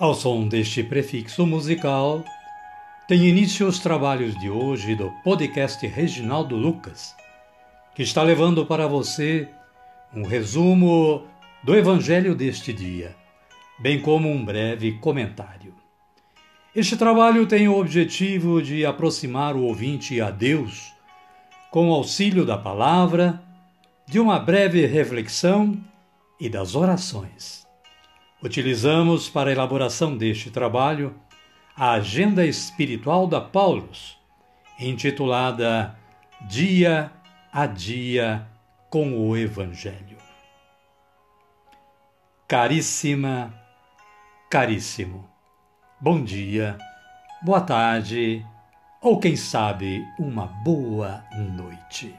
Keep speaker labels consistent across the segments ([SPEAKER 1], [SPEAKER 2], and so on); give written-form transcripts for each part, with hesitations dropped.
[SPEAKER 1] Ao som deste prefixo musical, tem início os trabalhos de hoje do podcast Reginaldo Lucas, que está levando para você um resumo do Evangelho deste dia, bem como um breve comentário. Este trabalho tem o objetivo de aproximar o ouvinte a Deus, com o auxílio da palavra, de uma breve reflexão e das orações. Utilizamos para a elaboração deste trabalho a Agenda Espiritual da Paulus, intitulada Dia a Dia com o Evangelho. Caríssima, caríssimo, bom dia, boa tarde ou quem sabe uma boa noite.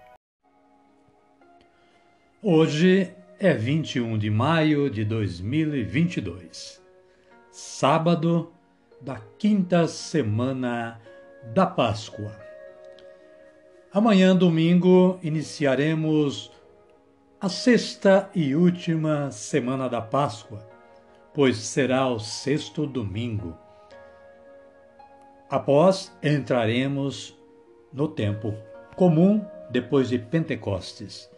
[SPEAKER 1] Hoje é 21 de maio de 2022, sábado da quinta semana da Páscoa. Amanhã, domingo, iniciaremos a sexta e última semana da Páscoa, pois será o sexto domingo. Após, entraremos no tempo comum depois de Pentecostes.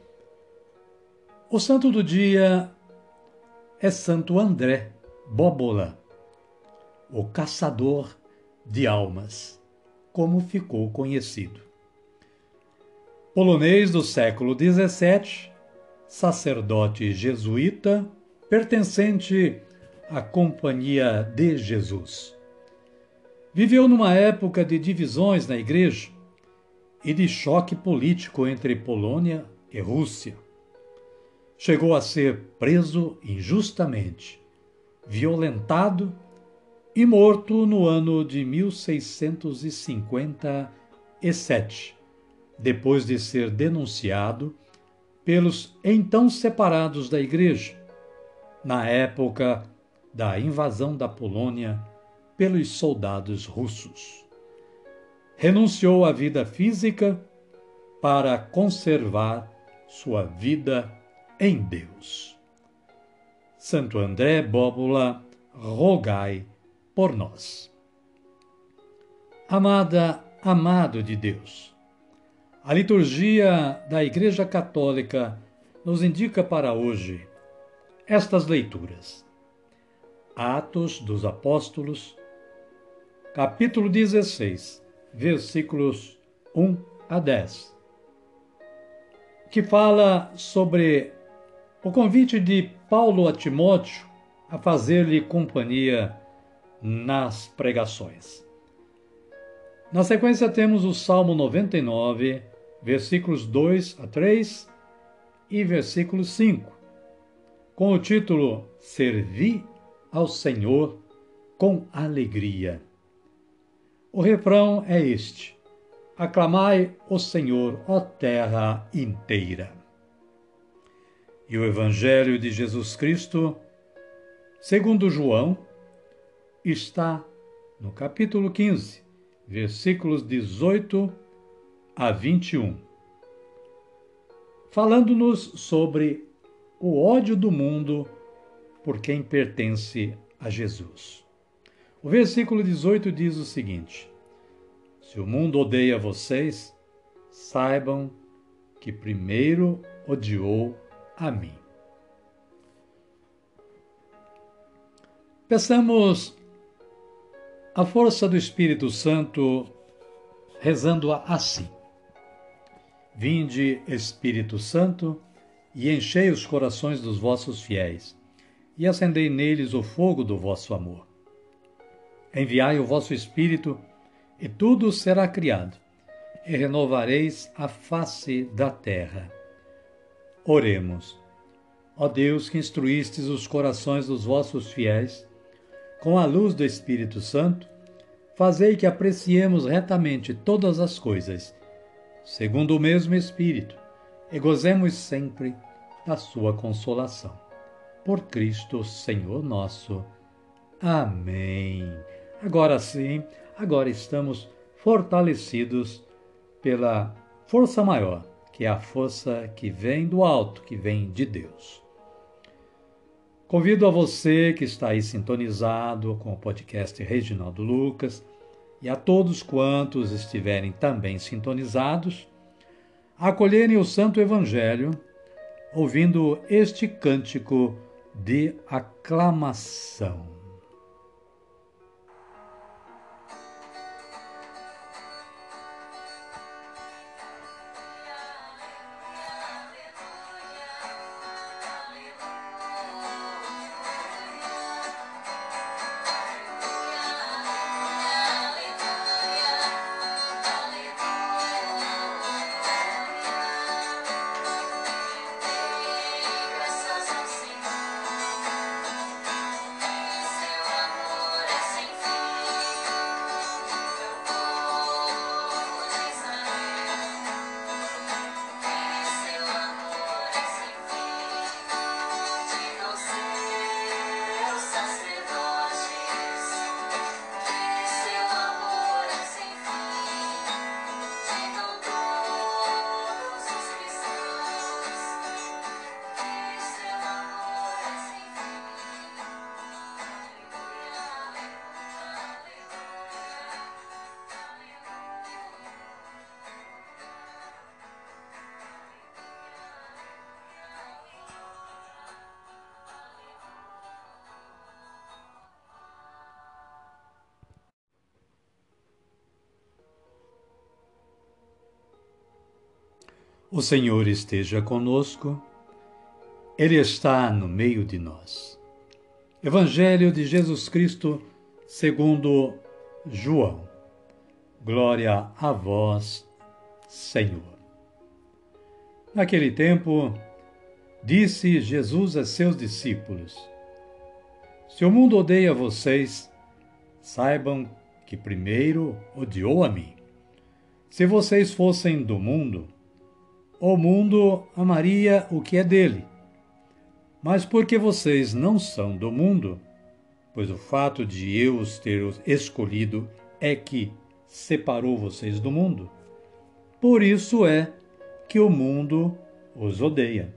[SPEAKER 1] O santo do dia é Santo André Bóbola, o caçador de almas, como ficou conhecido. Polonês do século XVII, sacerdote jesuíta, pertencente à Companhia de Jesus. Viveu numa época de divisões na Igreja e de choque político entre Polônia e Rússia. Chegou a ser preso injustamente, violentado e morto no ano de 1657, depois de ser denunciado pelos então separados da Igreja, na época da invasão da Polônia pelos soldados russos. Renunciou à vida física para conservar sua vida em Deus. Santo André Bóbola, rogai por nós. Amada, amado de Deus, a liturgia da Igreja Católica nos indica para hoje estas leituras. Atos dos Apóstolos, capítulo 16, versículos 1 a 10, que fala sobre o convite de Paulo a Timóteo a fazer-lhe companhia nas pregações. Na sequência temos o Salmo 99, versículos 2 a 3 e versículo 5, com o título Servi ao Senhor com alegria. O refrão é este: aclamai o Senhor, ó terra inteira. E o Evangelho de Jesus Cristo, segundo João, está no capítulo 15, versículos 18 a 21, falando-nos sobre o ódio do mundo por quem pertence a Jesus. O versículo 18 diz o seguinte: se o mundo odeia vocês, saibam que primeiro odiou a mim. Peçamos a força do Espírito Santo rezando assim: vinde, Espírito Santo, e enchei os corações dos vossos fiéis, e acendei neles o fogo do vosso amor. Enviai o vosso Espírito, e tudo será criado, e renovareis a face da terra. Oremos. Ó Deus, que instruístes os corações dos vossos fiéis, com a luz do Espírito Santo, fazei que apreciemos retamente todas as coisas, segundo o mesmo Espírito, e gozemos sempre da sua consolação. Por Cristo, Senhor nosso. Amém. Agora sim, agora estamos fortalecidos pela força maior, que é a força que vem do alto, que vem de Deus. Convido a você que está aí sintonizado com o podcast Reginaldo Lucas e a todos quantos estiverem também sintonizados a acolherem o Santo Evangelho ouvindo este cântico de aclamação. O Senhor esteja conosco, Ele está no meio de nós. Evangelho de Jesus Cristo segundo João. Glória a vós, Senhor. Naquele tempo, disse Jesus a seus discípulos: Se o mundo odeia vocês, saibam que primeiro odiou a mim. Se vocês fossem do mundo, o mundo amaria o que é dele. Mas porque vocês não são do mundo, pois o fato de eu os ter escolhido é que separou vocês do mundo, por isso é que o mundo os odeia.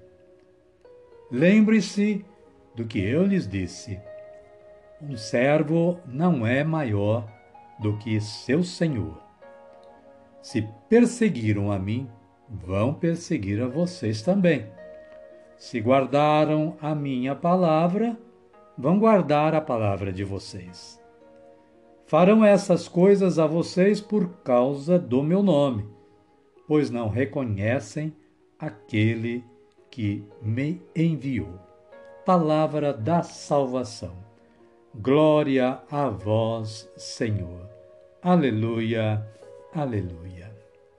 [SPEAKER 1] Lembre-se do que eu lhes disse: um servo não é maior do que seu senhor. Se perseguiram a mim, vão perseguir a vocês também. Se guardaram a minha palavra, vão guardar a palavra de vocês. Farão essas coisas a vocês por causa do meu nome, pois não reconhecem aquele que me enviou. Palavra da salvação. Glória a vós, Senhor. Aleluia, aleluia.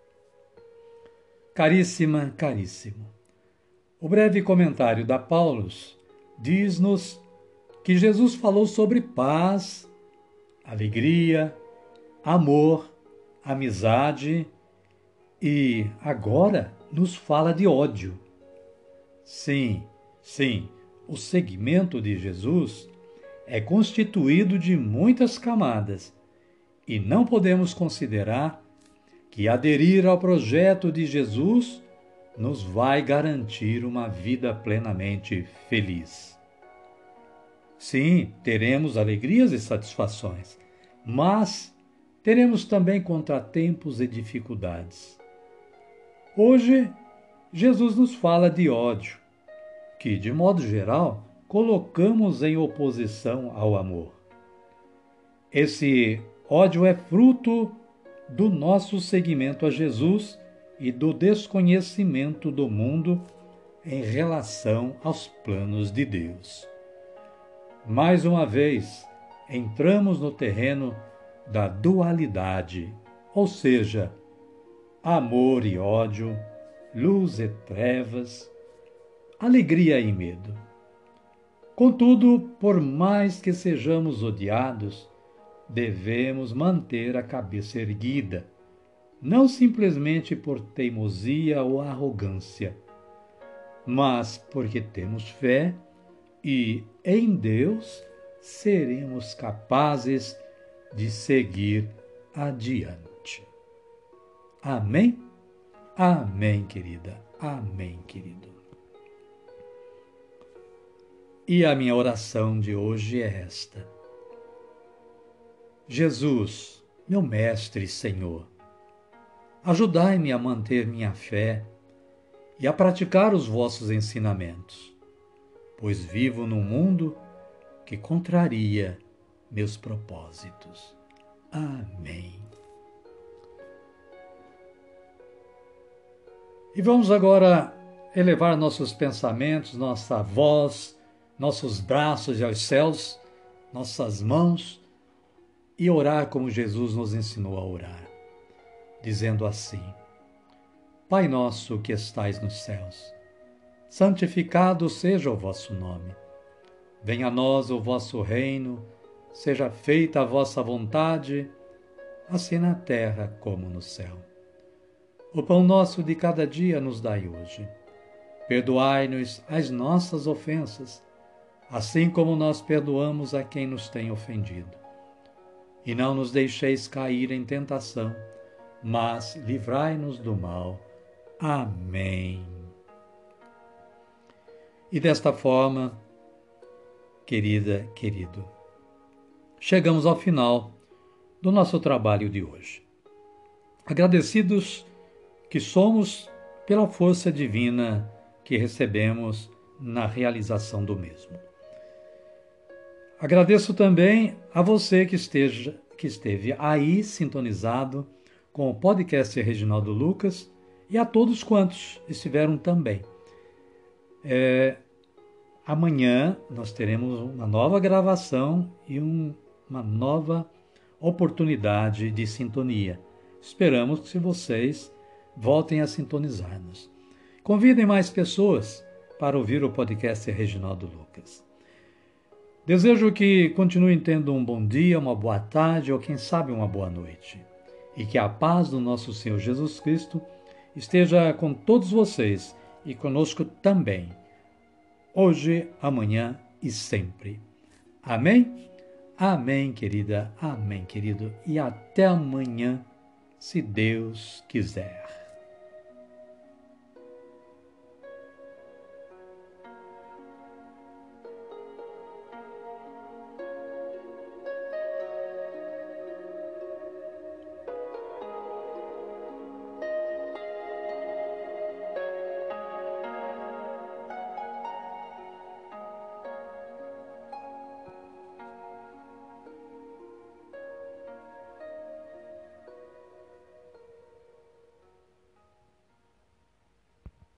[SPEAKER 1] Caríssima, caríssimo. O breve comentário da Paulus diz-nos que Jesus falou sobre paz, alegria, amor, amizade e agora nos fala de ódio. Sim, o segmento de Jesus é constituído de muitas camadas e não podemos considerar que aderir ao projeto de Jesus nos vai garantir uma vida plenamente feliz. Sim, teremos alegrias e satisfações, mas teremos também contratempos e dificuldades. Hoje, Jesus nos fala de ódio, que, de modo geral, colocamos em oposição ao amor. Esse ódio é fruto do nosso seguimento a Jesus e do desconhecimento do mundo em relação aos planos de Deus. Mais uma vez, entramos no terreno da dualidade, ou seja, amor e ódio, luz e trevas, alegria e medo. Contudo, por mais que sejamos odiados, devemos manter a cabeça erguida, não simplesmente por teimosia ou arrogância, mas porque temos fé e em Deus seremos capazes de seguir adiante. Amém? Amém, querida. Amém, querido. E a minha oração de hoje é esta: Jesus, meu Mestre e Senhor, ajudai-me a manter minha fé e a praticar os vossos ensinamentos, pois vivo num mundo que contraria meus propósitos. Amém. E vamos agora elevar nossos pensamentos, nossa voz, nossos braços aos céus, nossas mãos, e orar como Jesus nos ensinou a orar, dizendo assim: Pai nosso que estais nos céus, santificado seja o vosso nome. Venha a nós o vosso reino, seja feita a vossa vontade, assim na terra como no céu. O pão nosso de cada dia nos dai hoje. Perdoai-nos as nossas ofensas, assim como nós perdoamos a quem nos tem ofendido. E não nos deixeis cair em tentação, mas livrai-nos do mal. Amém. E desta forma, querida, querido, chegamos ao final do nosso trabalho de hoje. Agradecidos que somos pela força divina que recebemos na realização do mesmo. Agradeço também a você que esteve aí sintonizado com o podcast Reginaldo Lucas e a todos quantos estiveram também. Amanhã nós teremos uma nova gravação e uma nova oportunidade de sintonia. Esperamos que vocês voltem a sintonizar-nos. Convidem mais pessoas para ouvir o podcast Reginaldo Lucas. Desejo que continuem tendo um bom dia, uma boa tarde ou quem sabe uma boa noite. E que a paz do nosso Senhor Jesus Cristo esteja com todos vocês e conosco também, hoje, amanhã e sempre. Amém? Amém, querida, amém, querido. E até amanhã, se Deus quiser.